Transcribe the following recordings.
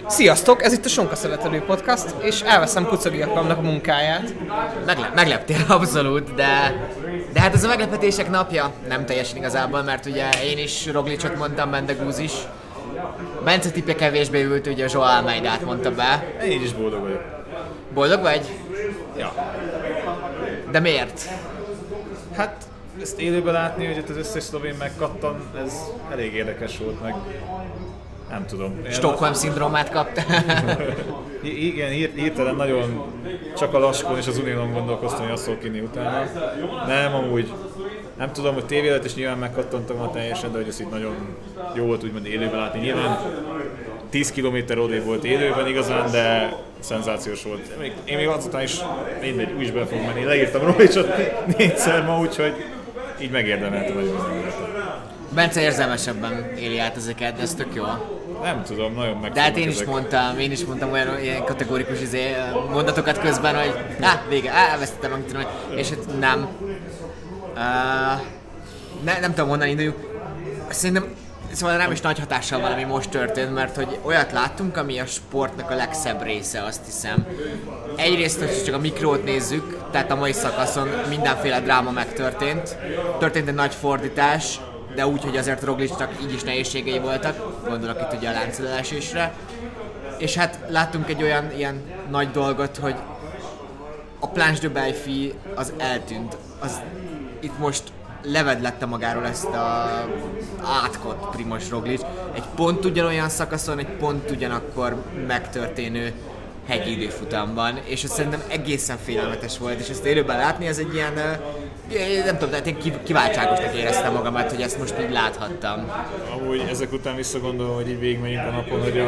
Sziasztok, ez itt a Sonka Szeretelő Podcast, és elveszem Kucogi Akramnak a munkáját. Megleptél abszolút, de hát ez a meglepetések napja nem teljesen igazából, mert ugye én is Roglicot mondtam, Mendegúz is. Bence tippje kevésbé ült, ugye Joao Almeidát mondta be. Én is boldog vagyok. Boldog vagy? Ja. De miért? Hát ezt élőben látni, hogy itt az összes szlovén megkattan, ez elég érdekes volt meg. Nem tudom. Stockholm-szindrómát kapta. Igen, hirtelen nagyon csak a Laskón és az Unionon gondolkoztam, hogy azt Kini utána. Nem, amúgy nem tudom, hogy tévé előtt is nyilván megkattantam ma teljesen, de hogy ez itt nagyon jó volt úgymond élőben látni. Nyilván 10 km odébb volt élőben igazán, de szenzációs volt. Én még azután is mindegy, úgy is be fogok menni. Leírtam Roglicsot 4-szer ma, úgyhogy így megérdemeltem nagyon. Bence érzelmesebben éli át ezeket, ez tök jó. Nem tudom, nagyon megfognak. De hát én is mondtam olyan ilyen kategórikus mondatokat közben, hogy vége, elvesztettem, meg tudom, és hát nem. Nem tudom honnan induljunk. Szerintem szóval rám is nagy hatással van, ami most történt, mert hogy olyat láttunk, ami a sportnak a legszebb része, azt hiszem. Egyrészt, hogy csak a mikrót nézzük, tehát a mai szakaszon mindenféle dráma megtörtént. Történt egy nagy fordítás, de úgy, hogy azért Roglicnak így is nehézségei voltak, gondolok itt ugye a láncilesésre. És hát láttunk egy olyan ilyen nagy dolgot, hogy a Planche de Belfi az eltűnt. Az itt most levedlette magáról ezt a átkot Primož Roglič. Egy pont ugyanolyan szakaszon, egy pont ugyanakkor megtörténő hegyi időfutamban, és ez szerintem egészen félelmetes volt, és ezt élőben látni, ez egy ilyen, nem tudom, de én kiváltságosnak éreztem magamat, hogy ezt most így láthattam. Amúgy ezek után visszagondolom, hogy így végigmegyünk a napon, hogy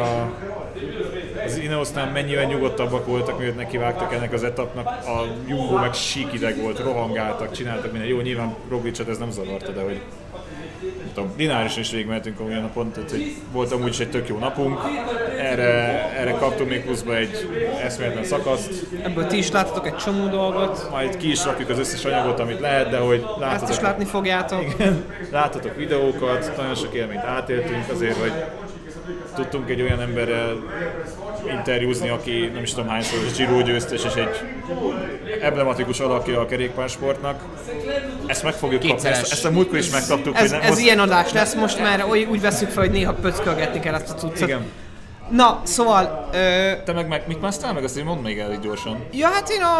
az Ineosnál mennyivel nyugodtabbak voltak, miért nekivágtak ennek az etapnak, a Jumbo meg síkideg volt, rohangáltak, csináltak minden. Jó, nyilván Roglicot ez nem zavarta, de hogy nem tudom, lineárisan is végigmehetünk olyan napon, tehát hogy volt amúgy is egy tök jó napunk, erre kaptunk még pluszba egy eszméletlen szakaszt. Ebből ti is láttatok egy csomó dolgot. Majd ki is rakjuk az összes anyagot, amit lehet, de hogy láttatok. Ezt is látni fogjátok. Igen, láttatok videókat, nagyon sok élményt átéltünk azért, hogy tudtunk egy olyan emberrel interjúzni, aki nem is tudom hányszor Giro győztes és egy emblematikus alakja a kerékpársportnak. Ezt meg fogjuk kapni, ezt a múltkor is megkaptuk. Ez ilyen adás lesz most, mert úgy veszük fel, hogy néha pöckölgetni kell ezt a cuccot. Igen. Na, szóval... Te meg mit másztál meg? Azt én mondd még el így gyorsan. Ja, hát én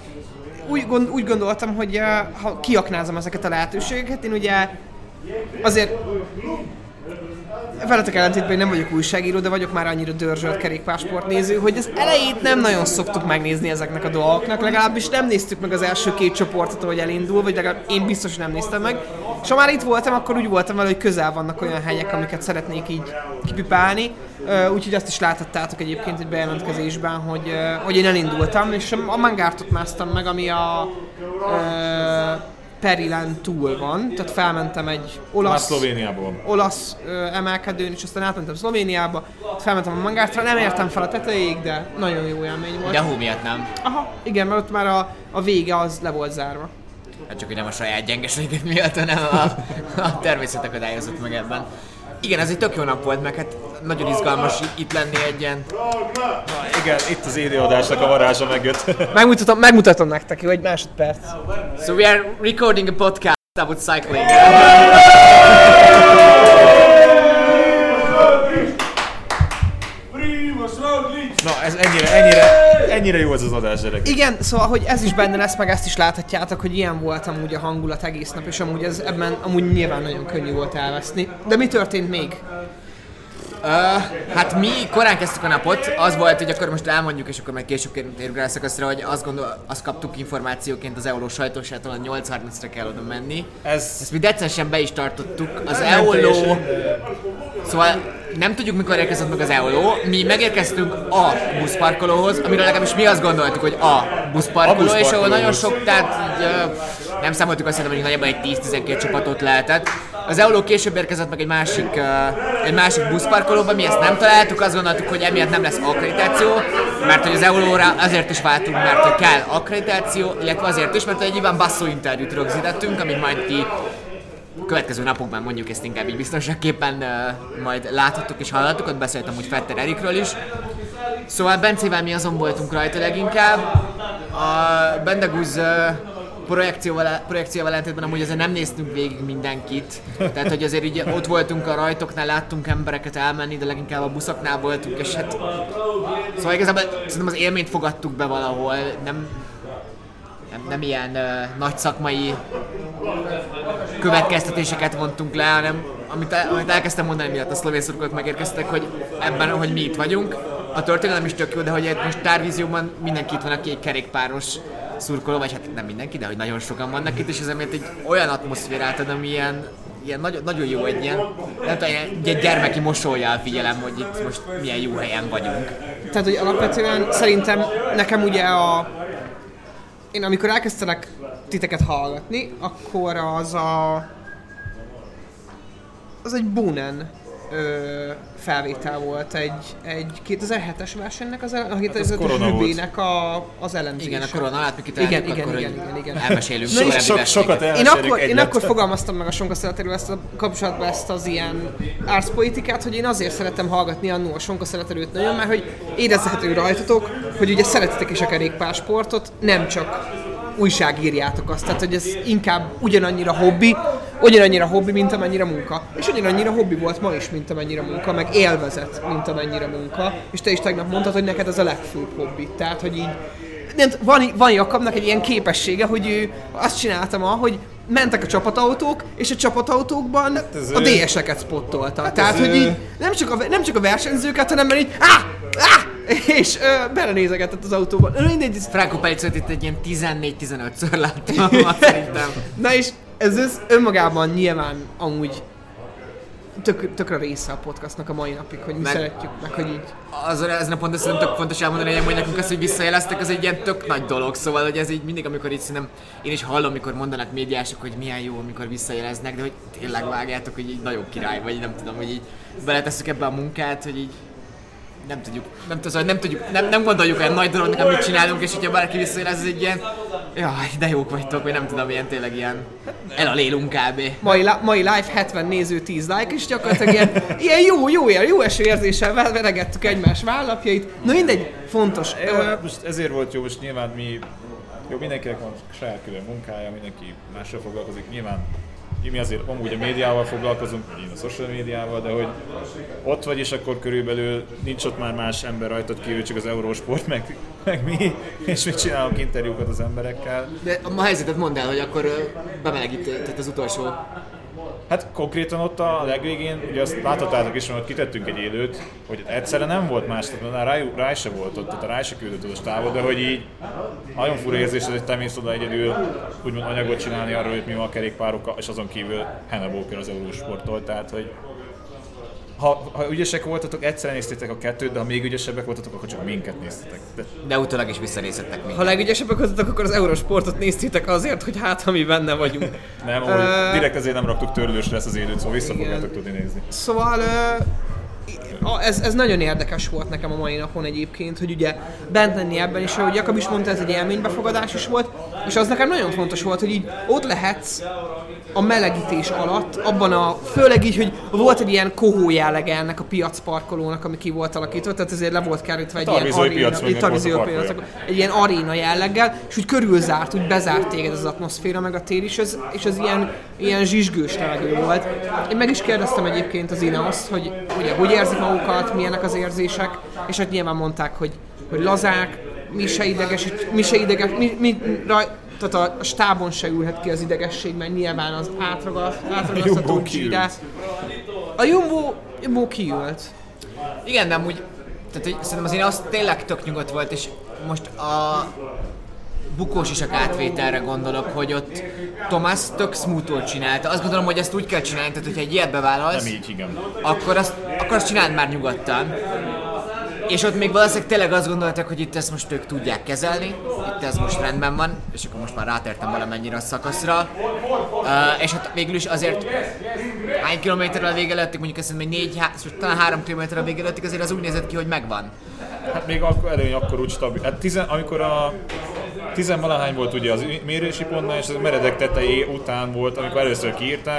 úgy gondoltam, hogy ha kiaknázom ezeket a lehetőségeket, én ugye azért veletek ellentétben, hogy nem vagyok újságíró, de vagyok már annyira dörzsölt kerékpársportnéző, hogy az elejét nem nagyon szoktuk megnézni ezeknek a dolgoknak, legalábbis nem néztük meg az első két csoportot, ahogy elindul, vagy legalább én biztos nem néztem meg. És ha már itt voltam, akkor úgy voltam vele, hogy közel vannak olyan helyek, amiket szeretnék így kipipálni. Úgyhogy azt is láthattátok egyébként egy bejelentkezésben, hogy én elindultam, és a Mangártot másztam meg, ami a Perilen túl van, tehát felmentem egy olasz emelkedőn, és aztán átmentem Szlovéniába, felmentem a Mangártra, nem értem fel a tetejéig, de nagyon jó élmény volt. De hó miatt nem? Aha, igen, mert ott már a vége az le volt zárva. Hát csak, hogy nem a saját gyengeségek miatt, hanem a természet akadályozott meg ebben. Igen, ez egy tök jó nap volt, meg hát nagyon izgalmas itt lenni egy ilyen... Igen, itt az élőadásnak a varázsa megjött. Megmutatom nektek, jó, egy másodperc. So we are recording a podcast about cycling. Na, ez ennyire jó ez az adás, gyerek. Igen, szóval, hogy ez is benne lesz, meg ezt is láthatjátok, hogy ilyen volt amúgy a hangulat egész nap, és amúgy ebben nyilván nagyon könnyű volt elveszni. De mi történt még? Hát mi korán kezdtük a napot, az volt, hogy akkor most elmondjuk, és akkor majd később térünk rá a szakaszra, hogy azt kaptuk információként az EOLO sajtósától, hogy 8:30-ra kell oda menni. Ezt mi decensen be is tartottuk. Az EOLO... Szóval nem tudjuk, mikor érkezett meg az EOLO, mi megérkeztünk a buszparkolóhoz, amiről legalábbis mi azt gondoltuk, hogy a buszparkoló, és ahol nagyon sok, tehát így, nem számoltuk azt, hogy nagyjából egy 10-12 csapatot lehetett. Az EOLO később érkezett meg egy másik buszparkolóba, mi ezt nem találtuk, azt gondoltuk, hogy emiatt nem lesz akkreditáció, mert hogy az EOLO-ra azért is váltunk, mert hogy kell akkreditáció, illetve azért is, mert egy nyilván basszó interjút rögzítettünk, amit majd ti következő napokban mondjuk ezt inkább így biztonságképpen majd láthattuk és hallhattuk, ott beszéltem úgy Fetter Erikről is. Szóval Bencével mi azon voltunk rajta leginkább. A Bendegúz projekcióval ellentétben amúgy azért nem néztünk végig mindenkit. Tehát, hogy azért így ott voltunk a rajtoknál, láttunk embereket elmenni, de leginkább a buszoknál voltunk, és hát... Szóval igazából szerintem az élményt fogadtuk be valahol, nem ilyen nagy szakmai következtetéseket vontunk le, hanem amit elkezdtem mondani, miatt a szlovén szurkolók megérkeztek, hogy ebben, hogy mi itt vagyunk. A történelem is tök jó, de hogy most Tárvízióban mindenki itt van, aki egy kerékpáros szurkoló, vagy hát nem mindenki, de hogy nagyon sokan vannak itt, és ez emiatt egy olyan atmoszférát ad, ami ilyen nagyon jó, egy ilyen, nem tudom, egy gyermeki mosollyal figyelem, hogy itt most milyen jó helyen vagyunk. Tehát, hogy alapvetően szerintem nekem ugye én amikor elkezdtelek titeket hallgatni, akkor az egy Boonen felvétel volt, egy 2007-es versenynek az Hübének az elemzése. Igen, a korona alatt mi kitaláltuk, akkor igen. elmesélünk. Sokat elmesélünk én akkor fogalmaztam meg a Sonka Szeleterül ezt a kapcsolatban ezt az ilyen arcpolitikát, hogy én azért szerettem hallgatni annó a Sonka Szeleterőt nagyon, mert hogy érezhető rajtatok, hogy ugye szeretitek is a kerékpársportot, nem csak újságírjátok azt, tehát hogy ez inkább ugyanannyira hobbi, mint amennyire munka. És ugyanannyira hobbi volt ma is, mint amennyire munka, meg élvezet, mint amennyire munka. És te is tegnap mondtad, hogy neked ez a legfőbb hobbi. Tehát, hogy így... Van Jakabnak egy ilyen képessége, hogy ő azt csinálta ma, hogy mentek a csapatautók, és a csapatautókban a DS-eket spottolta. Tehát, hogy így nem csak a versenyzőket, hanem mert így és belenézegetett az autóban. Franco Pellicot itt egy ilyen 14-15-ször láttam, szerintem. Na és ez önmagában nyilván amúgy tökre része a podcastnak a mai napig, hogy mi szeretjük, meg hogy így. Ezen a ponton szerintem tök fontos elmondani, hogy nekünk azt, hogy visszajeleztek, az egy ilyen tök nagy dolog, szóval hogy ez így mindig, amikor így szerintem én is hallom, amikor mondanak médiások, hogy milyen jó, amikor visszajeleznek, de hogy tényleg vágjátok, hogy így nagyon király, vagy nem tudom, hogy így beletesszük ebbe a munkát, hogy így nem gondoljuk olyan nagy dolognak, amit csinálunk, és hogyha bárki visszajelez, ez egy ilyen jaj, de jók vagytok, vagy nem tudom, ilyen tényleg ilyen elalélunk kb. Mai live 70 néző, 10 like, és gyakorlatilag ilyen jó eső érzéssel veregettük egymás vállapjait. Na mindegy, fontos. Most ezért volt jó, most nyilván mindenkinek van saját külön munkája, mindenki mással foglalkozik, nyilván mi azért amúgy a médiával foglalkozunk, én a social médiával, de hogy ott vagy, és akkor körülbelül nincs ott már más ember rajtad kívül, csak az Eurosport, meg mi, és még csinálunk interjúkat az emberekkel. De a helyzetet mondd el, hogy akkor bemelegített az utolsó. Hát konkrétan ott a legvégén, ugye azt láthattátok is, hogy kitettünk egy élőt, hogy egyszerre nem volt más, tehát rá se volt ott, tehát rá se küldött az a távot, de hogy így nagyon fura érzés, hogy te mész oda egyedül úgymond anyagot csinálni arról, hogy mi van a kerékpárokkal, és azon kívül Hanna Walker az Eurosporttól, tehát hogy ha ügyesek voltatok, egyszerűen néztétek a kettőt, de ha még ügyesebbek voltatok, akkor csak minket néztetek. De utólag is visszanézhettek minket. Ha legügyesebbek voltatok, akkor az Eurosportot néztétek azért, hogy hát, ha mi benne vagyunk. Nem, direkt ezért nem raktuk törlősre ezt az élőt, szóval vissza fogjátok tudni nézni. Szóval ez nagyon érdekes volt nekem a mai napon egyébként, hogy ugye bent lenni ebben is, ahogy Jakab is mondta, ez egy élménybefogadás is volt, és az nekem nagyon fontos volt, hogy így ott lehetsz a melegítés alatt, főleg így, hogy volt egy ilyen kohó jellege ennek a piacparkolónak, ami ki volt alakítva, tehát ezért le volt kerítve egy ilyen aréna jelleggel, és úgy körülzárt, úgy bezárt téged az atmoszféra, meg a tér is, és az ilyen zsizsgős levegő volt. Én meg is kérdeztem egyébként az Ineoszt, hogy ugye, hogy érzik magukat, milyenek az érzések, és hát nyilván mondták, hogy lazák, tehát a stábon se ülhet ki az idegesség, mert nyilván az átragasztató G-re. A Jumbo kiült. Igen, de amúgy, tehát hogy szerintem az Ineos tényleg tök nyugodt volt, és most a bukós is a átvételre gondolok, hogy ott Thomas tök smoothul csinálta. Azt gondolom, hogy ezt úgy kell csinálni, tehát hogyha egy ilyet bevállalsz, nem így, igen. Akkor azt csináld már nyugodtan. És ott még valószínűleg tényleg azt gondolták, hogy itt ezt most ők tudják kezelni, itt ez most rendben van, és akkor most már rátértem valamennyire a szakaszra. És hát végül is azért hány kilométerrel vége előttig, mondjuk azt mondom, hogy talán 3 kilométerrel vége előttig azért az úgy nézett ki, hogy megvan. Hát még akkor úgy stabil. Hát amikor a 10-valahány volt ugye az mérési pontnál, és az meredek tetejé után volt, amikor először kiírták,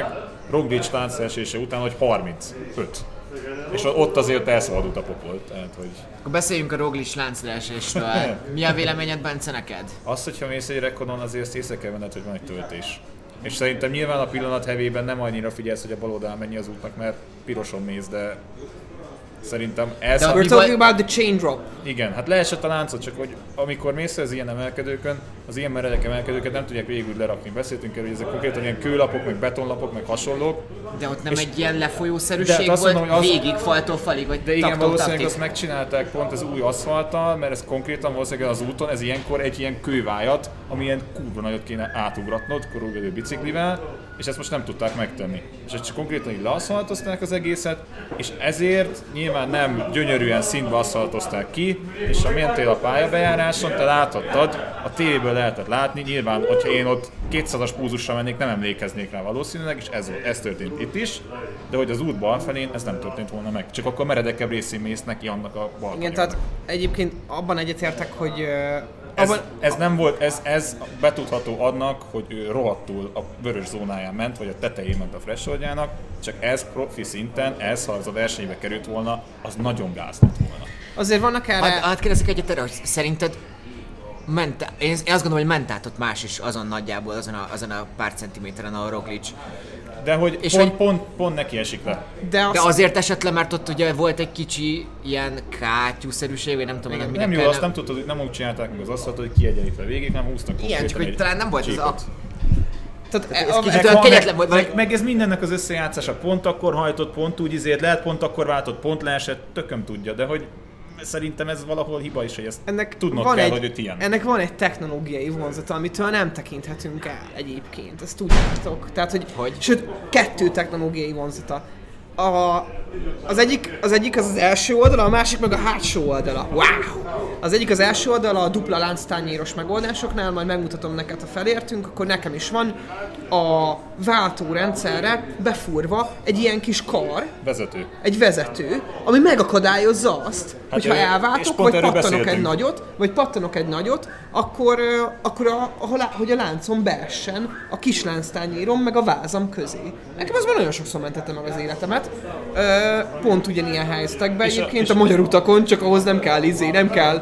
Roglic láncszeresése után, hogy 35. És ott azért elszabadult a popolt, tehát hogy... Akkor beszéljünk a Roglic láncleesésről. Mi a véleményed, Bence, neked? Azt, hogyha mész egy rekonon, azért azt észre kell venned, hogy van egy töltés. És szerintem nyilván a pillanat hevében nem annyira figyelsz, hogy a bal oldalán mennyi az útnak, mert piroson mész, de szerintem ez... De We're talking about the chain drop. Igen, hát leesett a láncot, csak hogy amikor mész az ilyen emelkedőkön, az ilyen meredek emelkedőket nem tudják végül lerakni. Beszéltünk erről, hogy ezek konkrétan ilyen kőlapok, meg betonlapok, meg hasonlók. De ott nem egy ilyen lefolyószerűség azt volt, mondom, hogy végig faltól falig, vagy de igen, taptól valószínűleg taptig. azt megcsinálták pont az új aszfalttal, mert ez konkrétan valószínűleg az úton, ez ilyenkor egy ilyen kővájat, ami ilyen kurva nagyot kéne átugratnod korúgedő biciklivel, és ezt most nem tudták megtenni. És ezt csak konkrétan így leaszfaltozták az egészet, és ezért nyilván nem gyönyörűen színbe aszfaltozták ki, és ha mentél a pályabejáráson, te láthattad, a tévéből lehetett látni, nyilván, hogyha én ott 200-as pulzussal mennék, nem emlékeznék rá valószínűleg, és ez történt itt is, de hogy az út bal felén ez nem történt volna meg. Csak akkor meredekebb részén mész neki annak a bal. Igen, tehát egyébként abban egyetértek, hogy ez nem volt, ez betudható annak, hogy ő rohadtul a vörös zónáján ment, vagy a tetején ment a thresholdjának, csak ez profi szinten, ha az a versenybe került volna, az nagyon gáz lett volna. azért vannak erre... Átkérdezek egyet erre, hogy szerinted én azt gondolom, hogy ment át ott más is azon nagyjából, azon a pár centiméteren a Roglic. De hogy és pont neki esik le. De De azért esett le, mert ott ugye volt egy kicsi ilyen kátyúszerűség, vagy nem tudom, Igen, minek nem jó, kell, azt nem tudtad, hogy nem úgy csinálták meg az aszfaltot, hogy kiegyenlítve végig, nem húztak igen, csak hogy talán nem volt ez a... Tehát kegyetlen volt, meg ez mindennek az összejátszása, pont akkor hajtott, pont úgy lehet, pont akkor váltott, pont leesett, tököm tudja, de hogy szerintem ez valahol hiba is, hogy ezt tudnod kell, hogy őt ilyen. Ennek van egy technológiai vonzata, amitől nem tekinthetünk el egyébként, ezt tudjátok. Tehát, hogy? Sőt, 2 technológiai vonzata. Az egyik az első oldala, a másik meg a hátsó oldala. Wow! Az egyik az első oldala a dupla lánctányéros megoldásoknál, majd megmutatom neked, ha felértünk, akkor nekem is van a váltórendszerre befúrva egy ilyen kis kar, egy vezető, ami megakadályozza azt, hogy ha elváltok, vagy pattanok egy nagyot, akkor hogy a láncon beessen a kis lánctányérom meg a vázam közé. Nekem az már nagyon sokszor mentette meg az életemet. Pont ugyanilyen helyzetekben egyébként a magyar utakon, csak ahhoz nem kell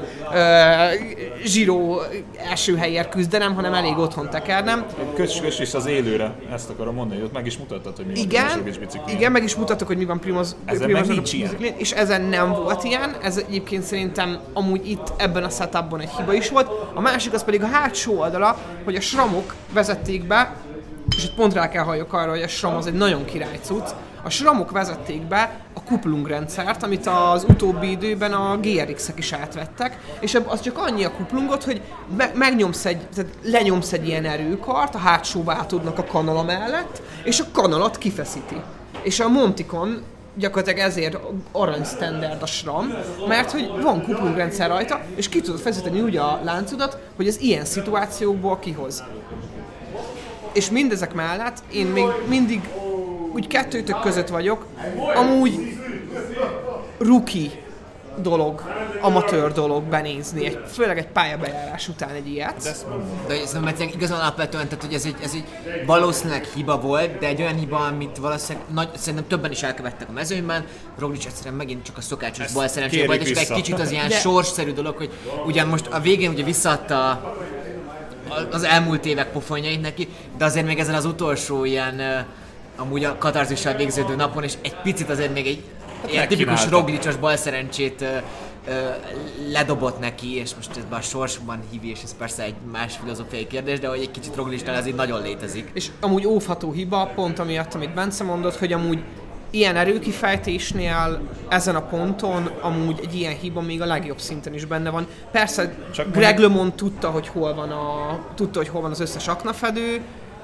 Giro első helyért küzdenem, hanem elég otthon tekernem. Kös is az élőre, ezt akarom mondani, hogy ott meg is mutattad, hogy mi van Primožović biciklén. Igen, meg is mutattuk, hogy mi van Primožović biciklén, és ezen nem volt ilyen, ez egyébként szerintem amúgy itt ebben a setupban egy hiba is volt. A másik az pedig a hátsó oldala, hogy a SRAM-ok vezették be, és itt pont rá kell halljak arra, hogy a SRAM az egy nagyon király cucc. A SRAM-ok vezették be a kuplungrendszert, amit az utóbbi időben a GRX-ek is átvettek, és az csak annyi a kuplungot, hogy lenyomsz egy ilyen erőkart a hátsó váltódnak a kanala mellett, és a kanalat kifeszíti. És a Montikon gyakorlatilag ezért arany standard a SRAM, mert hogy van kuplungrendszer rajta, és ki tudod feszíteni úgy a láncodat, hogy ez ilyen szituációkból kihoz. És mindezek mellett én még mindig úgy kettőtök között vagyok, amúgy rookie dolog, amatőr dolog benézni, főleg egy pályabejárás után egy ilyet. De ez nem igazán alapvetően, tehát hogy ez egy valószínűleg hiba volt, de egy olyan hiba, amit valószínűleg szerintem többen is elkövettek a mezőnyben. Roglic egyszerűen megint csak a szokásos bal szerencséje volt, és egy kicsit az ilyen sorsszerű dolog, hogy ugyan most a végén ugye visszaadta az elmúlt évek pofonjait neki, de azért még ezen az utolsó ilyen amúgy a katarzissal végződő napon, és egy picit azért még egy ilyen tipikus Roglicos balszerencsét ledobott neki, és most ez a sorsban hívi, és ez persze egy más filozófiai kérdés, de hogy egy kicsit Roglicnál ez így nagyon létezik. És amúgy óvható hiba, pont amiatt, amit Bence mondott, hogy amúgy ilyen erőkifejtésnél ezen a ponton amúgy egy ilyen hiba még a legjobb szinten is benne van. Persze csak Greg LeMond tudta, hogy hol van az összes aknafedő.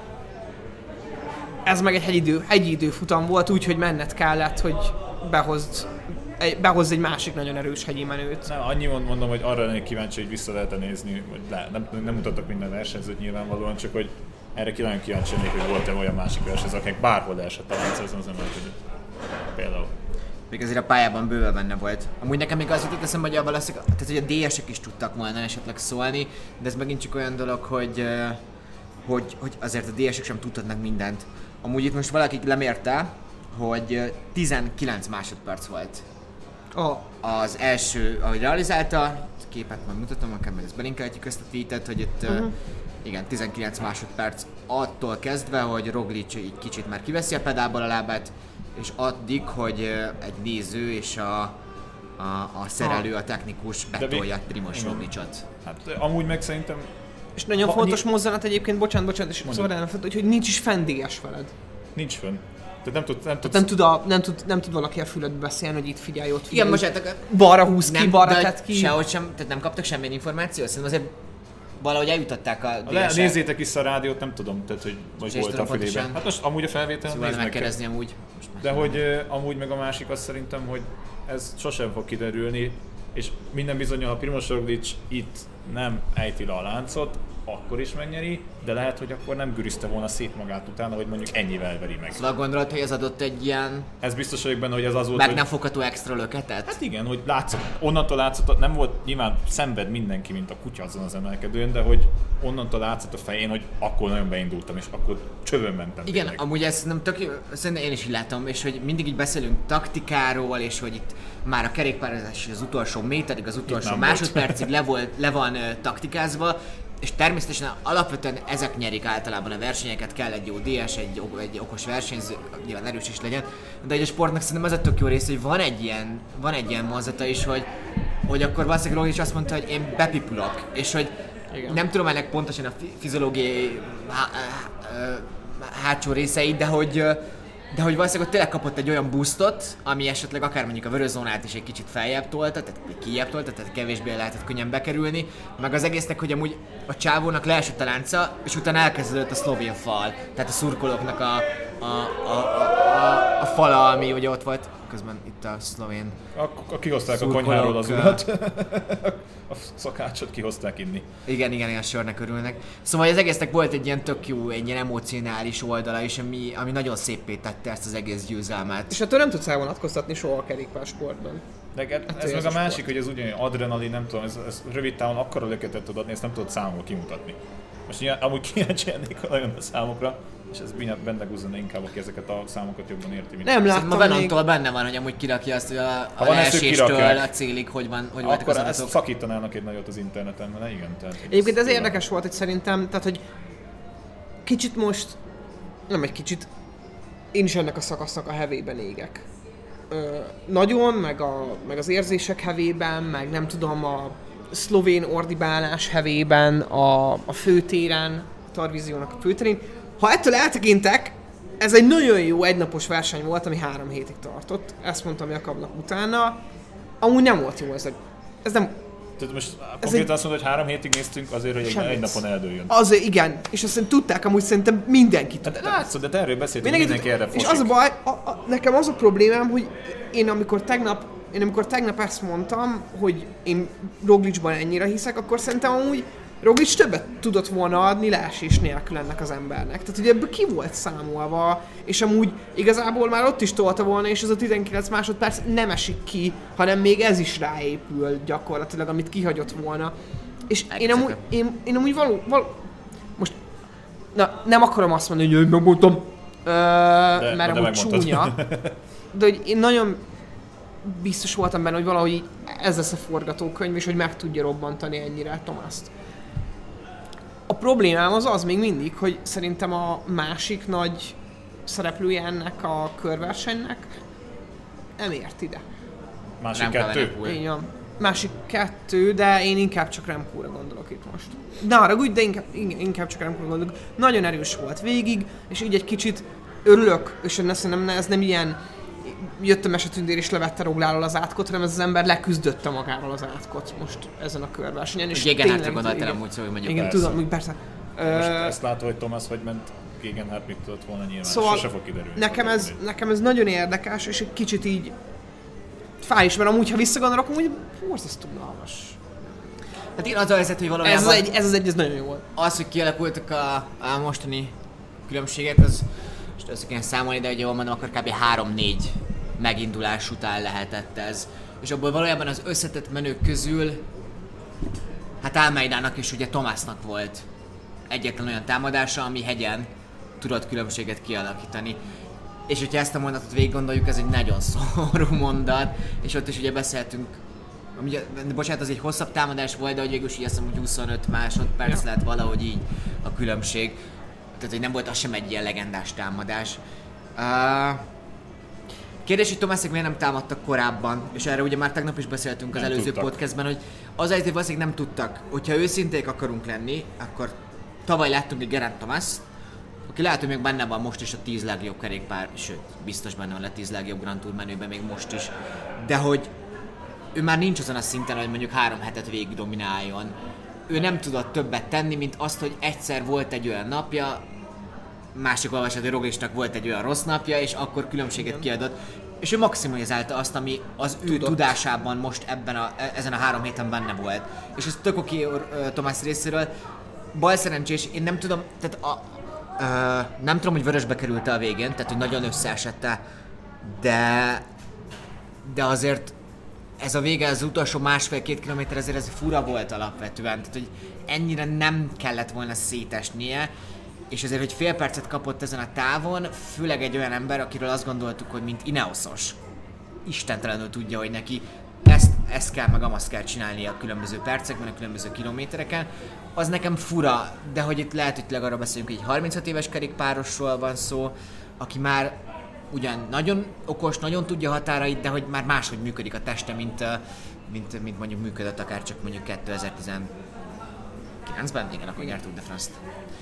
Ez meg egy időfutam volt, úgyhogy menned kellett, hogy behozz egy másik nagyon erős hegyi menőt. Nem, annyi mondom, hogy arra lennék kíváncsi, hogy vissza lehet nézni, vagy nem mutattak minden versenyzőt nyilvánvalóan, csak hogy erre nagyon kíváncsi lennék, hogy volt-e olyan másik versenyző, akik bárhol esett a lánc ezen az emelkedő. Például. Még azért a pályában bőven benne volt. Amúgy nekem még az jutott eszembe, hogy tehát, hogy a DS-ek is tudtak volna esetleg szólni, de ez megint csak olyan dolog, hogy azért a DS-ek sem tudhatnak mindent. Amúgy itt most valaki lemérte, hogy 19 másodperc volt az első, ahogy realizálta, képet majd mutatom, akár meg ezt belinkelhetjük ezt a tweetet, hogy itt igen, 19 másodperc attól kezdve, hogy Roglic így kicsit már kiveszi a pedálból a lábát, és addig, hogy egy néző és a szerelő, a technikus betolja Primož Roglicot. Hát amúgy meg szerintem... És nagyon fontos mozzanat egyébként, bocsánat, és szóval hogy nincs is fenn DS veled. Nincs fönn. Tehát nem tud valaki a füledbe beszélni, hogy itt figyelj, ott figyelj. Igen, most balra húz ki, balra tett ki. Sehogy sem, tehát nem kaptak semmilyen információt, szerintem azért valahogy eljutották a DS-et. Nézzétek vissza a rádiót, nem tudom, tehát hogy volt a fülében. Hát most amúgy a felvételen szóval nézd megkérdezni amúgy. De hogy amúgy meg a másik az szerintem, hogy ez sosem fog kiderülni, és minden bizonnyal, ha Primož Roglic itt nem ejti le a láncot, akkor is megnyeri, de lehet, hogy akkor nem gürizte volna szét magát utána, hogy mondjuk ennyivel veri meg. Szóval gondolod, hogy ez adott egy ilyen... Ez biztos vagyok benne, hogy ez az volt, meg nem fogható extra löketet? Hát igen, hogy látszott, onnantól látszott, nem volt nyilván szenved mindenki, mint a kutya azon az emelkedőn, de hogy onnantól látszott a fején, hogy akkor nagyon beindultam, és akkor csövön mentem. Igen, tényleg. amúgy ezt nem tök jó, szerintem én is így látom, és hogy mindig így beszélünk taktikáról, és hogy itt már a kerékpározás az utolsó méterig, az utolsó másodpercig le van taktikázva, és természetesen alapvetően ezek nyerik általában a versenyeket, kell egy jó DS, egy okos versenyző, nyilván erős is legyen, de egy a sportnak szerintem ez a tök jó rész, hogy van egy ilyen mozzata is, hogy akkor valószínűleg Roglic azt mondta, hogy én bepipulok, és hogy igen. Nem tudom ennek pontosan a fiziológiai hátsó részeit, de hogy valószínűleg ott tényleg kapott egy olyan boostot, ami esetleg akár mondjuk a vörös zónát is egy kicsit feljebb tolta, tehát kijebb tolta, tehát kevésbé lehetett könnyen bekerülni, meg az egésznek, hogy amúgy a csávónak leesett a lánca, és utána elkezdődött a szlovén fal, tehát a szurkolóknak a fala, ami ugye ott volt, közben itt a szlovén kihozták a konyháról az urat, a szakácsot kihozták inni. Igen, a sörnek örülnek. Szóval az egésznek volt egy ilyen tök jó, egy ilyen emocionális oldala is, ami nagyon szépé tette ezt az egész győzelmet. És attól nem tudsz elvonatkoztatni soha a kerékpársportban. De ez meg a másik, hogy ez ugyanilyen adrenalin, nem tudom, ez rövid távon akkora löketet tud adni, ezt nem tudod számomra kimutatni. Most amúgy kíváncsi lennék nagyon a számokra, és ez benne gúzzana inkább, aki ezeket a számokat jobban érti, mint... Nem láttam még. Venantól benne van, hogy amúgy kirakja azt, hogy a leeséstől a célig, hogy voltak az adatok. Akkor ezt szakítanának egy nagyot az interneten, mert igen. Egyébként ez érdekes volt, hogy szerintem, tehát hogy kicsit most, nem egy kicsit, én is ennek a szakasznak a hevében égek. Nagyon, meg az érzések hevében, meg nem tudom, a szlovén ordibálás hevében, a főtéren, a Tarvíziónak a főterén. Ha ettől eltekintek, ez egy nagyon jó egynapos verseny volt, ami 3 hétig tartott. Ezt mondtam Jakabnak utána. Amúgy nem volt jó ez nem... Tehát most konkrétan azt mondod, hogy 3 hétig néztünk azért, hogy egy napon eldőljön. Azért igen, és azt tudták, amúgy szerintem mindenki tudta. Hát látszod, de te erről beszéltünk, mindenki erre fosik. És az a baj, nekem az a problémám, hogy én amikor tegnap ezt mondtam, hogy én Roglicban ennyire hiszek, akkor szerintem amúgy Roglic többet tudott volna adni leesés nélkül ennek az embernek. Tehát ugye ebből ki volt számolva, és amúgy igazából már ott is tolta volna, és ez a 19 másodperc nem esik ki, hanem még ez is ráépül gyakorlatilag, amit kihagyott volna. És én amúgy most nem akarom azt mondani, hogy megmondtam, mert amúgy csúnya, de hogy én nagyon biztos voltam benne, hogy valahogy ez lesz a forgatókönyv, és hogy meg tudja robbantani ennyire Thomaszt. A problémám az még mindig, hogy szerintem a másik nagy szereplője ennek a körversenynek nem ért ide. Másik 2? Igen. Másik 2, de én inkább csak Remkóra gondolok itt most. Ne haragudj, de inkább csak Remkóra gondolok. Nagyon erős volt végig, és így egy kicsit örülök, és szerintem ez nem ilyen jött a mesetündér és levette Roglálól az átkot, hanem ez az ember leküzdötte magáról az átkot most ezen a körversenyen. És Gegenhardtra gondoltál amúgy szó, hogy mondjuk. Igen, tudom, hogy persze. Most ezt látod, hogy Thomas hogy ment, Gegenhardt mit tudott volna nyilván, szóval sose fog kiderülni. Nekem ez nagyon érdekes, és egy kicsit így fáj is, mert amúgy, ha visszagondolok, amúgy borzasztó unalmas. Hát én az a helyzet, hogy valójában... Ez nagyon jó volt. Az, hogy kialakultak a mostani különbségek, az most össze kéne számolni, de hogy jól mondom, akkor kb. 3-4 megindulás után lehetett ez. És abból valójában az összetett menők közül, hát Almeidának és ugye Thomasnak volt egyetlen olyan támadása, ami hegyen tudod különbséget kialakítani. És hogyha ezt a mondatot végig gondoljuk, ez egy nagyon szomorú mondat, és ott is ugye beszéltünk, bocsánat, az egy hosszabb támadás volt, de hogy végül is így azt hiszem, hogy 25 másodperc lett valahogy így a különbség. Tehát, hogy nem volt az sem egy ilyen legendás támadás. Kérdés, hogy Tomászék miért nem támadtak korábban, és erre ugye már tegnap is beszéltünk az előző podcastben, hogy azért valószínűleg nem tudtak. Hogyha őszinték akarunk lenni, akkor tavaly láttunk egy Geraint Thomást, aki lehet, hogy még benne van most is a 10 legjobb kerékpár, sőt, biztos benne van a 10 legjobb Grand Tour menőben még most is. De hogy ő már nincs azon a szinten, hogy mondjuk 3 hetet végig domináljon. Ő nem tudott többet tenni, mint azt, hogy egyszer volt egy olyan napja, másik olvasat, hogy Roglicnak volt egy olyan rossz napja, és akkor különbséget kiadott. És ő maximalizálta azt, ami az ő tudásában most ezen a 3 héten benne volt. És ez tök oké Tomás részéről. Bal szerencsés, én nem tudom, tehát nem tudom, hogy vörösbe került-e a végén, tehát hogy nagyon összeesette, de azért ez a vége, az utolsó 1,5-2 kilométer azért ez fura volt alapvetően, tehát hogy ennyire nem kellett volna szétesnie, és azért, hogy fél percet kapott ezen a távon, főleg egy olyan ember, akiről azt gondoltuk, hogy mint Ineosos, istentelenül tudja, hogy neki ezt kell, meg amazt kell csinálni a különböző percekben, a különböző kilométereken, az nekem fura, de hogy itt lehet, hogy arra beszélünk, hogy egy 36 éves kerékpárosról van szó, aki már ugyan nagyon okos, nagyon tudja határait, de hogy már máshogy működik a teste, mint mondjuk működött akár csak mondjuk 2019-ben, igen, akkor nyert Tour de France-t.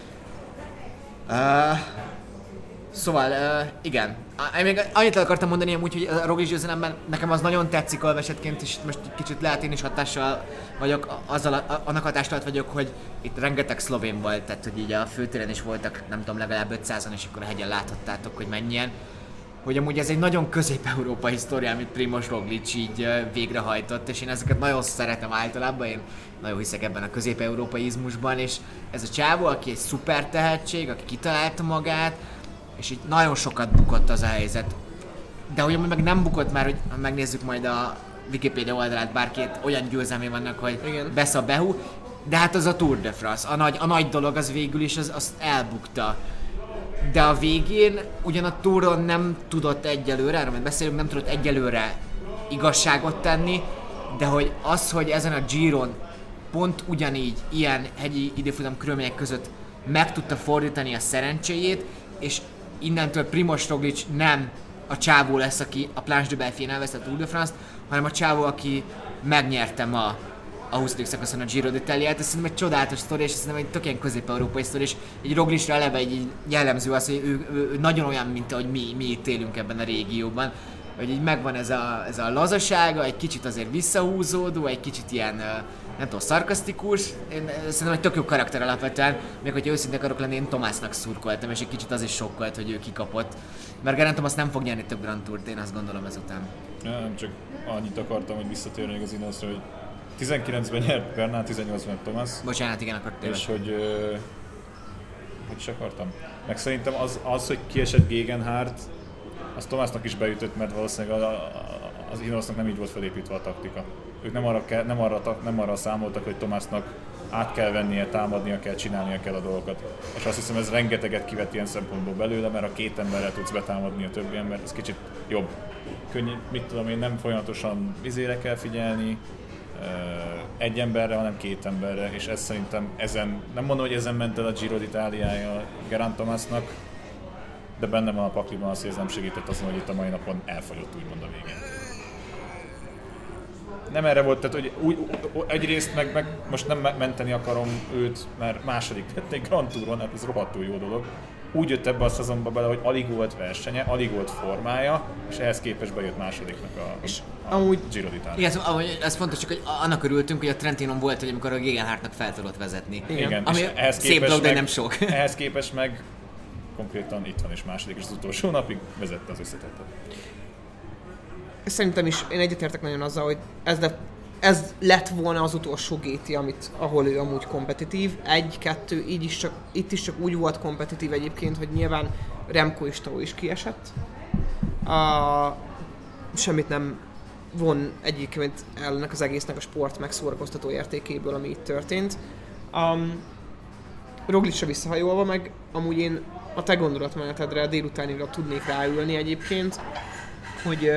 Szóval, igen. Én még annyit akartam mondani amúgy, hogy a Roglic győzelemben nekem az nagyon tetszik olvasetként, és most kicsit lehet én is hatással vagyok, annak hatás alatt vagyok, hogy itt rengeteg szlovén volt, tehát hogy így a főtéren is voltak, nem tudom, legalább 500-an, és akkor a hegyen láthattátok, hogy mennyien. Hogy amúgy ez egy nagyon közép-európai sztori, amit Primož Roglic így végrehajtott, és én ezeket nagyon szeretem általában, én nagyon hiszek ebben a közép-európai izmusban, és ez a csávó, aki egy szuper tehetség, aki kitalálta magát, és így nagyon sokat bukott az a helyzet. De hogy amúgy meg nem bukott már, hogy megnézzük majd a Wikipedia oldalát, bárkét olyan győzelmé vannak, hogy Bessa Behu, de hát az a Tour de France, a nagy dolog az végül is, azt elbukta. De a végén ugyan a Touron nem tudott egyelőre, erről beszélünk, nem tudott egyelőre igazságot tenni, de hogy az, hogy ezen a Giron pont ugyanígy ilyen hegyi időfutam körülmények között meg tudta fordítani a szerencséjét, és innentől Primož Roglic nem a csávó lesz, aki a Planche de Belfién elvesztett a Tour de France-t, hanem a csávó, aki megnyerte ma a 20. szakaszon a Giro d'Italiát. Ez szerintem egy csodálatos sztori, és szerintem egy tök ilyen közép-európai sztori, és egy Roglicra eleve egy jellemző az, hogy ő nagyon olyan, mint ahogy mi itt élünk ebben a régióban, hogy így megvan ez a lazasága, egy kicsit azért visszahúzódó, egy kicsit ilyen, nem tudom, szarkasztikus. Én szerintem egy tök jó karakter alapvetően, még hogyha őszintén akarok lenni, én Tomásnak szurkoltam, és egy kicsit az is sokkolt, hogy ő kikapott. Mert Geraint Thomas nem fog nyerni több Grand Tourt, én azt gondolom ezután. Nem, csak annyit akartam, hogy visszatérni az Ineosra, hogy 19-ben nyert Bernal, 18-ben Thomas. Bocsánat, igen, akkor tényleg. És hogy is akartam? Meg szerintem az hogy kiesett Gegenhardt, az Thomasnak is beütött, mert valószínűleg az Ineosnak nem így volt felépítve a taktika. Ők nem arra számoltak, hogy Thomasnak át kell vennie, támadnia kell, csinálnia kell a dolgokat. És azt hiszem, ez rengeteget kivet ilyen szempontból belőle, mert a 2 emberrel tudsz betámadni a többi embert, ez kicsit jobb. Mit tudom én, nem folyamatosan vizére kell figyelni, egy emberre, hanem 2 emberre, és ez szerintem nem mondom, hogy ezen ment el a Giro d'Italiája Geraint Thomasnak, de benne van a pakliban az, hogy ez nem segített azon, hogy itt a mai napon elfogyott úgymond a végén. Nem erre volt, tehát hogy egyrészt meg most nem menteni akarom őt, mert második lett egy Grand Touron, hát ez rohadtul jó dolog. Úgy jött ebbe a szezonba bele, hogy alig volt versenye, alig volt formája, és ehhez képest bejött másodiknak a Giro d'Italia. Igen, szóval, ez fontos, csak hogy annak örültünk, hogy a Trentinon volt, hogy amikor a Gegenhardtnak fel tudott vezetni. Igen, ami szép dolog, de nem sok. Ehhez képest meg konkrétan itt van és második, és az utolsó napig vezette az összetettet. Szerintem is, én egyetértek nagyon azzal, hogy ez lett volna az utolsó GT, ahol ő amúgy kompetitív. 1-2, itt is csak úgy volt kompetitív egyébként, hogy nyilván Remco és Tao is kiesett. Semmit nem von egyébként ennek az egésznek a sport megszórakoztató értékéből, ami itt történt. Roglicra visszahajolva meg, amúgy én a te gondolatmenetedre a délutánira tudnék ráülni egyébként, hogy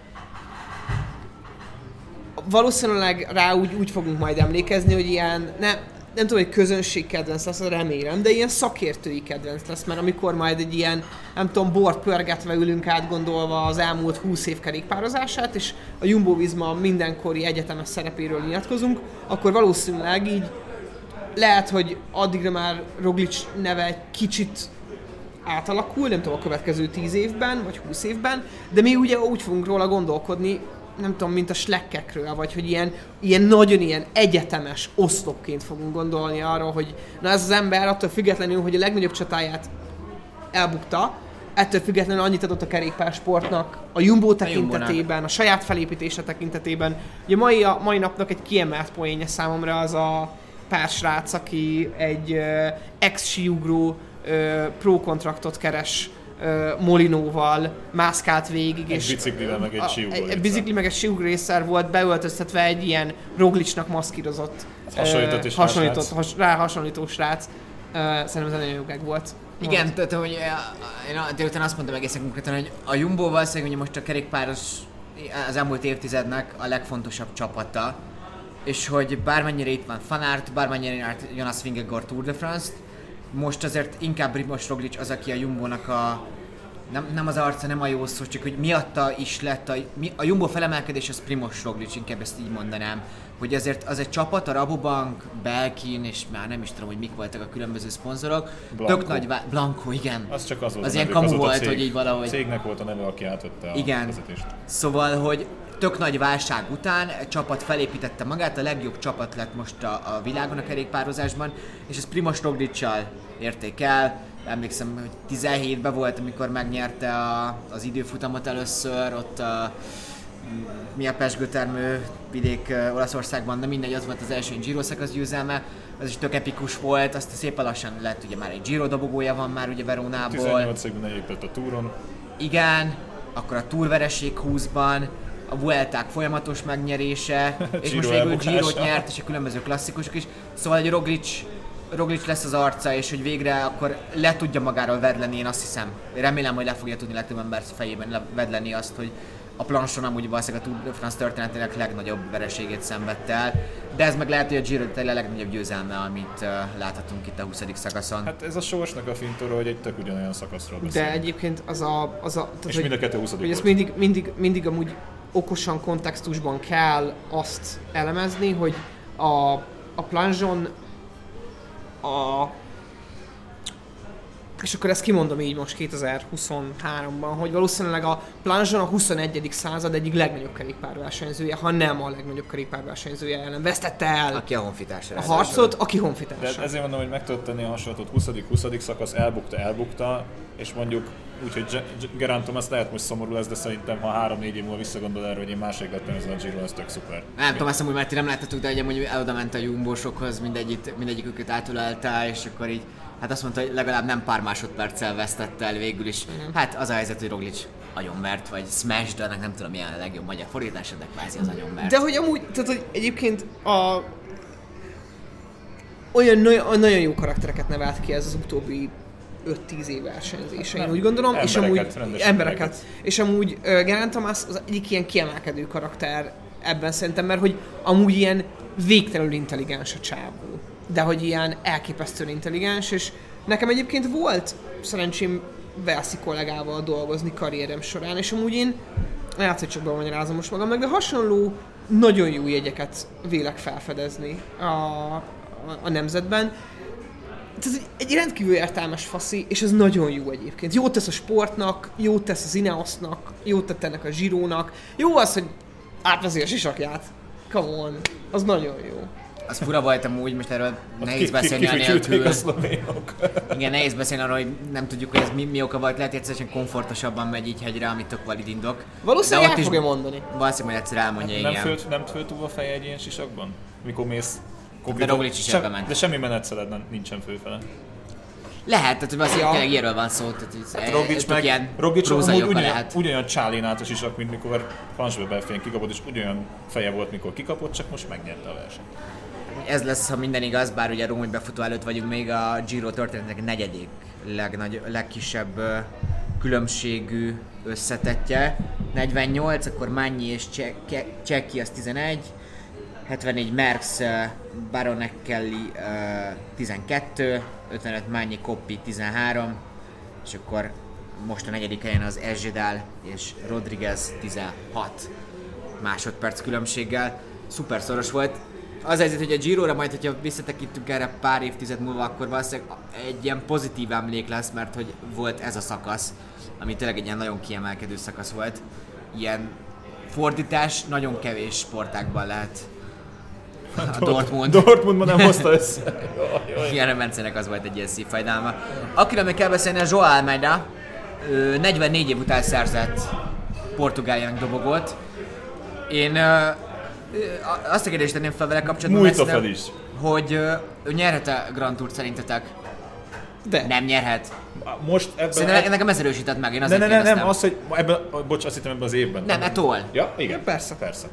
valószínűleg rá úgy fogunk majd emlékezni, hogy ilyen, nem tudom, hogy közönségkedvenc lesz, remélem, de ilyen szakértői kedvenc lesz, mert amikor majd egy ilyen, nem tudom, bort pörgetve ülünk átgondolva az elmúlt 20 év kerékpározását, és a Jumbo-Visma mindenkori egyetemes szerepéről nyilatkozunk, akkor valószínűleg így lehet, hogy addigra már Roglic neve egy kicsit átalakul, nem tudom, a következő 10 évben, vagy 20 évben, de mi ugye úgy fogunk róla gondolkodni, nem tudom, mint a slekkekről, vagy hogy ilyen nagyon ilyen egyetemes oszlopként fogunk gondolni arról, hogy na ez az ember attól függetlenül, hogy a legnagyobb csatáját elbukta, ettől függetlenül annyit adott a kerékpársportnak, a Jumbo tekintetében, a saját felépítése tekintetében. Ugye mai napnak egy kiemelt poénja számomra az a pár srác, aki egy ex-síugró pro-kontraktot keres Molinóval mászkált végig, és biciklivel meg egy síugró. Egy bicikli meg egy síugrészer volt beöltöztetve egy ilyen Roglicnak maszkírozott, hasonlító srác. Szerintem ez nagyon jó gag volt. Igen, tehát hogy én délután azt mondtam egészen konkrétan, hogy a Jumbo valószínűleg ugye most a kerékpáros az elmúlt évtizednek a legfontosabb csapata, és hogy bármennyire itt van Van Aert, bármennyire járt Jonas Vingegaard Tour de France-t, most azért inkább Primož Roglic az, aki a Jumbo-nak nem az arca, nem a jó szó, csak hogy miatta is lett a Jumbo felemelkedés, az Primož Roglic, inkább ezt így mondanám, hogy azért az egy csapat, a Rabobank, Belkin, és már nem is tudom, hogy mik voltak a különböző szponzorok. Blanco. Tök nagy Blanco, igen. Az csak az volt. Az ilyen kamu volt, hogy így valahogy... Cégnek volt a neve, aki átvette a vezetést. Szóval, hogy tök nagy válság után a csapat felépítette magát, a legjobb csapat lett most a világon a kerékpározásban, és ezt Primož Roglic-sal érték el. Emlékszem, hogy 17-ben volt, amikor megnyerte az időfutamot először, ott mi a Pesgőtermő vidék Olaszországban, de mindegy, az volt az első Giro szakasz győzelme, az is tök epikus volt, azt szépen lassan lett, ugye már egy Giro dobogója van már ugye Verónából. 18-ban elépett a Touron. Igen, akkor a Tour vereség 20-ban, a Vuelták folyamatos megnyerése, és most végül Girot nyert, és a különböző klasszikusok is. Szóval egy Roglic lesz az arca, és hogy végre akkor le tudja magáról vedleni, én azt hiszem. Remélem, hogy le fogja tudni legtöbb ember fejében vedleni azt, hogy a planson amúgy valószínűleg a Tour de France történetének legnagyobb vereségét szenvedte el, de ez meg lehet, hogy a Giro a legnagyobb győzelme, amit láthatunk itt a 20. szakaszon. Hát ez a sorsnak a fintora, hogy egy tök ugyanolyan szakaszról beszélünk. De egyébként az a és mind a kettő 20. hogy ezt mindig amúgy okosan kontextusban kell azt elemezni, hogy a plungeon és akkor ezt kimondom így most 2023-ban, hogy valószínűleg a plungeon a 21. század egyik legnagyobb kerékpárversenyzője, ha nem a legnagyobb kerékpárversenyzője ellen vesztette el aki a honfitársa a harcot, aki honfitársa. De ezért mondom, hogy meg tudod tenni a hasonlatot, 20. szakasz elbukta, és mondjuk úgyhogy Geraint Thomas lehet most szomorú lesz, de szerintem ha 3-4 év múlva visszagondol erre, hogy én másik lettem ezen a Giro, ez tök szuper. Nem tudom, azt mondom, hogy már ti nem láttátok, de ugye mondjuk oda ment a Jumbósokhoz, mindegyiküket átöleltál, és akkor így hát azt mondta, hogy legalább nem pár másodperccel vesztette el végül is. Hát az a helyzet, hogy Roglic agyonvert, vagy smashed, annak nem tudom milyen a legjobb magyar fordítása, de kvázi az agyonvert. De hogy amúgy, tehát hogy egyébként olyan nagyon jó karaktereket nevelt ki ez az utóbbi 5-10 év versenyzése, én úgy gondolom, embereket. És amúgy Geraint Thomas az egyik ilyen kiemelkedő karakter ebben szerintem, mert hogy amúgy ilyen végtelenül intelligens a csávó, de hogy ilyen elképesztően intelligens, és nekem egyébként volt szerencsém Velszi kollégával dolgozni karrierem során, és amúgy én lehet, hogy csak bemagyarázom most magamnak, de hasonló nagyon jó jegyeket vélek felfedezni a nemzetben. Tehát egy rendkívül értelmes faszi, és ez nagyon jó egyébként. Jót tesz a sportnak, jót tesz az Ineosnak, jót tett ennek a Girónak. Jó az, hogy átveszi a sisakját. Come on, az nagyon jó. Az fura volt amúgy, most erről nehéz beszélni anélkül. Igen, nehéz beszélni arról, hogy nem tudjuk, hogy ez mi oka volt. Lehet, hogy egyszerűen komfortosabban megy így hegyre, amit tök valid indok. Valószínűleg el fogja mondani. Valószínűleg majd egyszer elmondja, igen. Nem föl túl a feje egy ilyen sisakban? Mikor mész de Roglic is ebbe ment. De semmi menetszeled nincsen fölfele. Lehet, tehát valószínűleg tényleg ilyenről van szó. Tehát Roglic ugyanolyan csálénátos sisak, mint mikor Pansbe belfélyen kikapott, és ugyanolyan feje volt, mikor kikapott, csak most megnyerte a versenyt. ez lesz, ha minden igaz, bár ugye a római befutó előtt vagyunk még, a Giro történetek negyedik legkisebb különbségű összetettje. 48, akkor Magny és Cecchi az 11, 74 Merckx, Baroneckelli 12, 55 Magny Coppi 13, és akkor most a negyedik helyen az Esgedal és Rodriguez 16 másodperc különbséggel. Szuper szoros volt. Az helyzet, hogy a Giróra majd, hogyha visszatekintünk erre pár évtized múlva, akkor valószínűleg egy ilyen pozitív emlék lesz, mert hogy volt ez a szakasz, ami tényleg egy ilyen nagyon kiemelkedő szakasz volt. Ilyen fordítás nagyon kevés sportágban lehet. A Dortmundban nem hozta össze. Ilyen Mencenek az volt egy ilyen szívfájdalma. Akiről még kell beszélni, a João Almeida 44 év után szerzett Portugáliának dobogót. Én azt a kérdést tenném fel vele kapcsolatban, hogy ő nyerhet-e Grand Tourt szerintetek? De. Nem nyerhet. Most szerintem nekem ez erősített meg, én azért kérdeztem. Nem, az, hogy azt hittem ebben az évben. Nem, ettől. Ja, igen. Persze.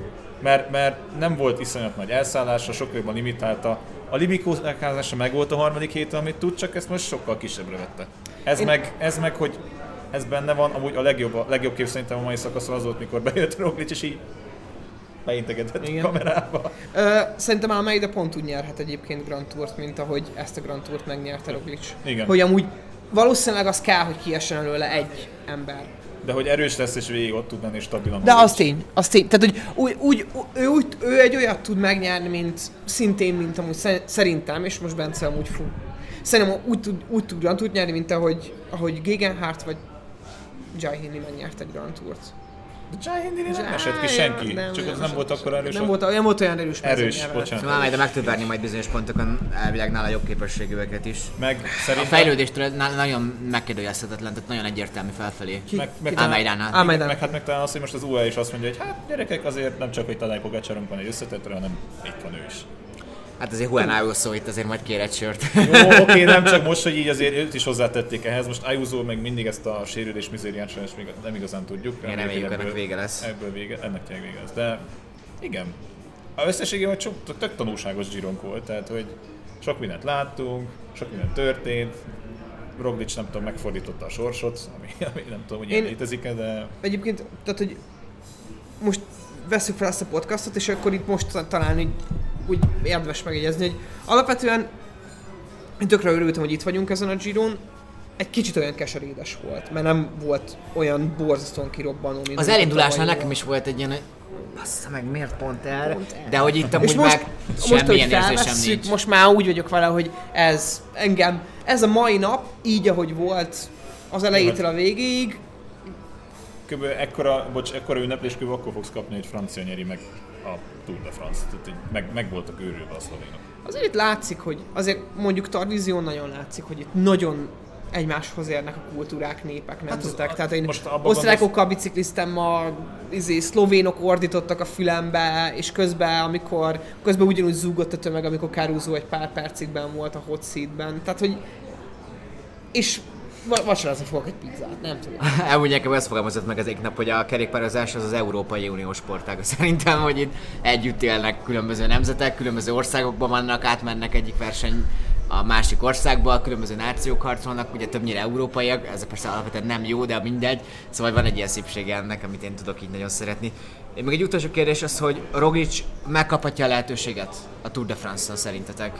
Mert nem volt iszonyat nagy elszállása, sokkal jobban limitálta. A limikózása meg volt a harmadik héten, amit tud, csak ezt most sokkal kisebbre vette. Ez meg, hogy ez benne van, amúgy a legjobb kép szerintem a mai szakaszon az volt, mikor bejött Roglic, és így beintegetett a kamerába. Szerintem Almeida pont úgy nyerhet egyébként Grand Tourt, mint ahogy ezt a Grand Tourt megnyerte Roglic. Igen. Hogy amúgy valószínűleg az kell, hogy kiessen előle egy ember. De hogy erős lesz és végig ott tud menni stabilan. De az tény. Tehát, hogy ő egy olyat tud megnyerni, mint szintén, amúgy szerintem, és most Bence amúgy fog. Szerintem úgy tud Grand Tourt nyerni, mint ahogy Gegenhardt vagy Jai Hindley megnyerte egy Grand Tourt. De Jai Hindley nem esett ki senki, csak az nem volt akkor erős. Nem volt olyan erős. Erős, bocsánat. Szóval majd meg tud verni majd bizonyos pontokon elvileg nála jobb képességűeket is. Meg a fejlődéstől nagyon megkérdőjelezhetetlen, tehát nagyon egyértelmű felfelé. Almeidánál. Meg talán az, hogy most az UAE is azt mondja, hogy hát gyerekek, azért nem csak, hogy Tadej Pogačarunk van egy összetettre, hanem itt van ő is. Hát azért Juan Ayuso itt azért majd kér egy sört. Jó, oké, nem csak most, hogy így azért őt is hozzátették ehhez. Most Ayuso meg mindig ezt a sérülés mizériát sajnos még nem igazán tudjuk. Én reméljük, ennek vége lesz. Ennek tényleg vége lesz. De igen, a összességében tök tanulságos Gironk volt, tehát hogy sok mindent láttunk, sok minden történt. Roglic nem tudom, megfordította a sorsot, ami nem tudom, hogy ilyen létezik-e, de... Egyébként, tehát hogy most veszük fel ezt a podcastot, és akkor itt most talán úgy érdemes megjegyezni, hogy alapvetően én tökre örültem, hogy itt vagyunk ezen a Giron. Egy kicsit olyan keserédes volt, mert nem volt olyan borzasztóan kirobbanó, mint az elindulásnál nekem is volt egy ilyen, hogy bassza meg, miért pont erre? De hogy itt amúgy meg semmilyen érzésem nincs. Most már úgy vagyok vele, hogy ez a mai nap, így ahogy volt az elejétől a végéig. Kb. ekkora ünneplés kb. Akkor fogsz kapni, hogy francia nyeri meg a Tour de France. Tehát meg voltak őrülve a szlovénok. Azért itt látszik, hogy azért mondjuk Tarvízión nagyon látszik, hogy itt nagyon egymáshoz érnek a kultúrák, népek, nemzetek. Hát tehát én osztrákokkal bicikliztem, ma szlovénok ordítottak a fülembe, és közben ugyanúgy zúgott a tömeg, amikor Caruso egy pár percig benn volt a hot seatben. Tehát, hogy... És vacsorázni fogok egy pizzát, nem tudom. Úgy nekem ezt fogalmazott meg ezek nap, hogy a kerékpározás az Európai Unió sportága. Szerintem, hogy itt együtt élnek különböző nemzetek, különböző országokban vannak, átmennek egyik verseny a másik országba, különböző nációk harcolnak, ugye többnyire európaiak, ez persze alapvetően nem jó, de mindegy. Szóval van egy ilyen szépsége ennek, amit én tudok így nagyon szeretni. Én meg egy utolsó kérdés az, hogy Roglic megkaphatja a lehetőséget a Tour de France-szal szerintetek?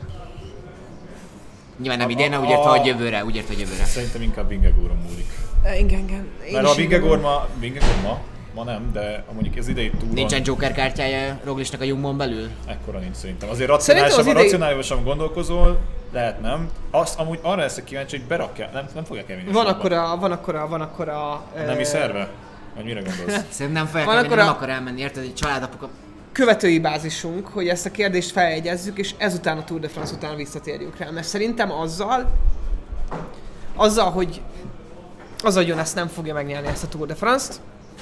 Nyilván nem idén, úgy érte, hogy jövőre. Szerintem inkább Vingegaardon múlik. Igen. Mert a Vingegaard ma nem, de mondjuk az idei túron... Nincsen Joker kártyája Roglicnak a Jumbon belül? Ekkora nincs szerintem. Azért racionálisan gondolkozol, lehet nem. Azt amúgy arra leszek kíváncsi, hogy berakja, nem fogják elvinni. Van akkora... nemi szerve? Vagy mire gondolsz? Szerintem nem akar elmenni, érted? Egy családapuka... követői bázisunk, hogy ezt a kérdést feljegyezzük, és ezután a Tour de France után visszatérjünk rá. Mert szerintem azzal, hogy Jonas nem fogja megnyerni ezt a Tour de France-t,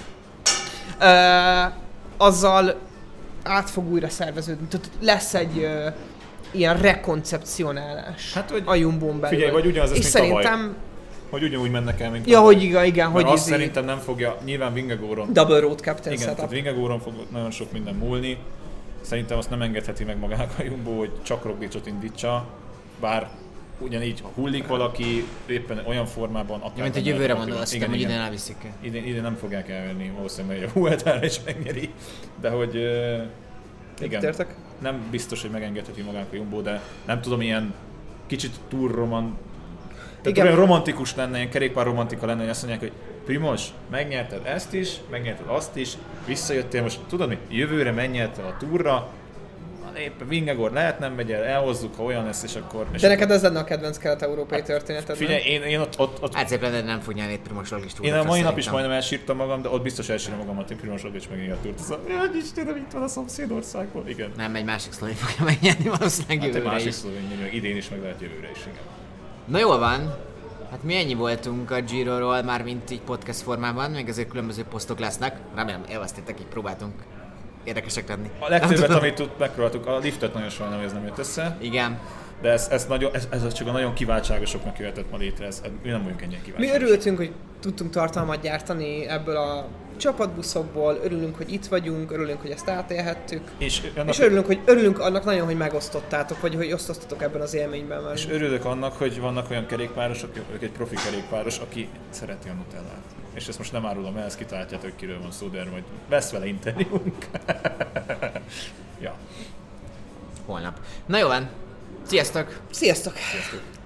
azzal át fog újra szerveződni. Tehát lesz egy ilyen rekoncepcionálás a Jumbón belül. Figyelj, vagy ugyanaz, mint szerintem... tavaly. Hogy ugyanúgy mennek el, mint tavaly. Ja, hogy igen, hogy azt szerintem nem fogja, nyilván Vingegaardon... Double Road Captain igen, setup. tehát Vingegaardon fog nagyon sok minden múlni. Szerintem azt nem engedheti meg magának a Jumbo, hogy csak Roglicot indítsa, bár ugyanígy, ha hullik valaki, éppen olyan formában akár... Mint egy jövőre mondod, azt hiszem, hogy idén elviszik. Idén nem fogják elvenni, valószínűleg, hogy a Vueltára is megnyeri, de hogy igen, nem biztos, hogy megengedheti magának a Jumbo, de nem tudom, ilyen kicsit túl olyan romantikus lenne, ilyen kerékpár romantika lenne, hogy azt mondják, hogy Primoz, megnyerted ezt is, megnyerted azt is, visszajöttél, most tudod mi, jövőre megnyerted a túrra, éppen Vingegor lehet nem megy el, elhozzuk, ha olyan lesz, és akkor... De neked ez lenne a kedvenc kelet-európai történeted, figyelj, én ott... Hát szép lenne, nem fog nyerni egy Primoz Roglic túrra. Én a mai nap is majdnem elsírtam magam, de ott biztos elsírom magamat, hogy Primoz Roglic megint a túrt. Jaj, Istenem, itt van a szomszédországból, igen. Nem, egy másik szlovén fogja megnyerni valószínűleg jövőre egy másik is. szlovén, idén is meg lehet jövőre is, igen. Na jól van, hát mi ennyi voltunk a Giro-ról, mármint így podcast formában, még azért különböző posztok lesznek. Remélem élveztétek, így próbáltunk érdekesek lenni. A legtöbbet, amit megpróbáltuk, a liftet nagyon sajnálom, hogy ez nem jött össze. Igen. De ez csak a nagyon kiváltságosoknak jöhetett ma létre, mi nem vagyunk ennyien kiváltságosok. Mi örültünk, hogy tudtunk tartalmat gyártani ebből a csapatbuszokból, örülünk, hogy itt vagyunk, örülünk, hogy ezt átélhettük, és örülünk annak nagyon, hogy megosztottátok, vagy hogy osztottatok ebben az élményben. És örülök annak, hogy vannak olyan kerékpárosok, ők egy profi kerékpáros, aki szereti a Nutellát. És ezt most nem árulom el, ezt kitaláljátok, hogy kiről van szó, de majd lesz vele interjúnk. Ja. Holnap. Na jó van. Sziasztok! Sziasztok! Sziasztok.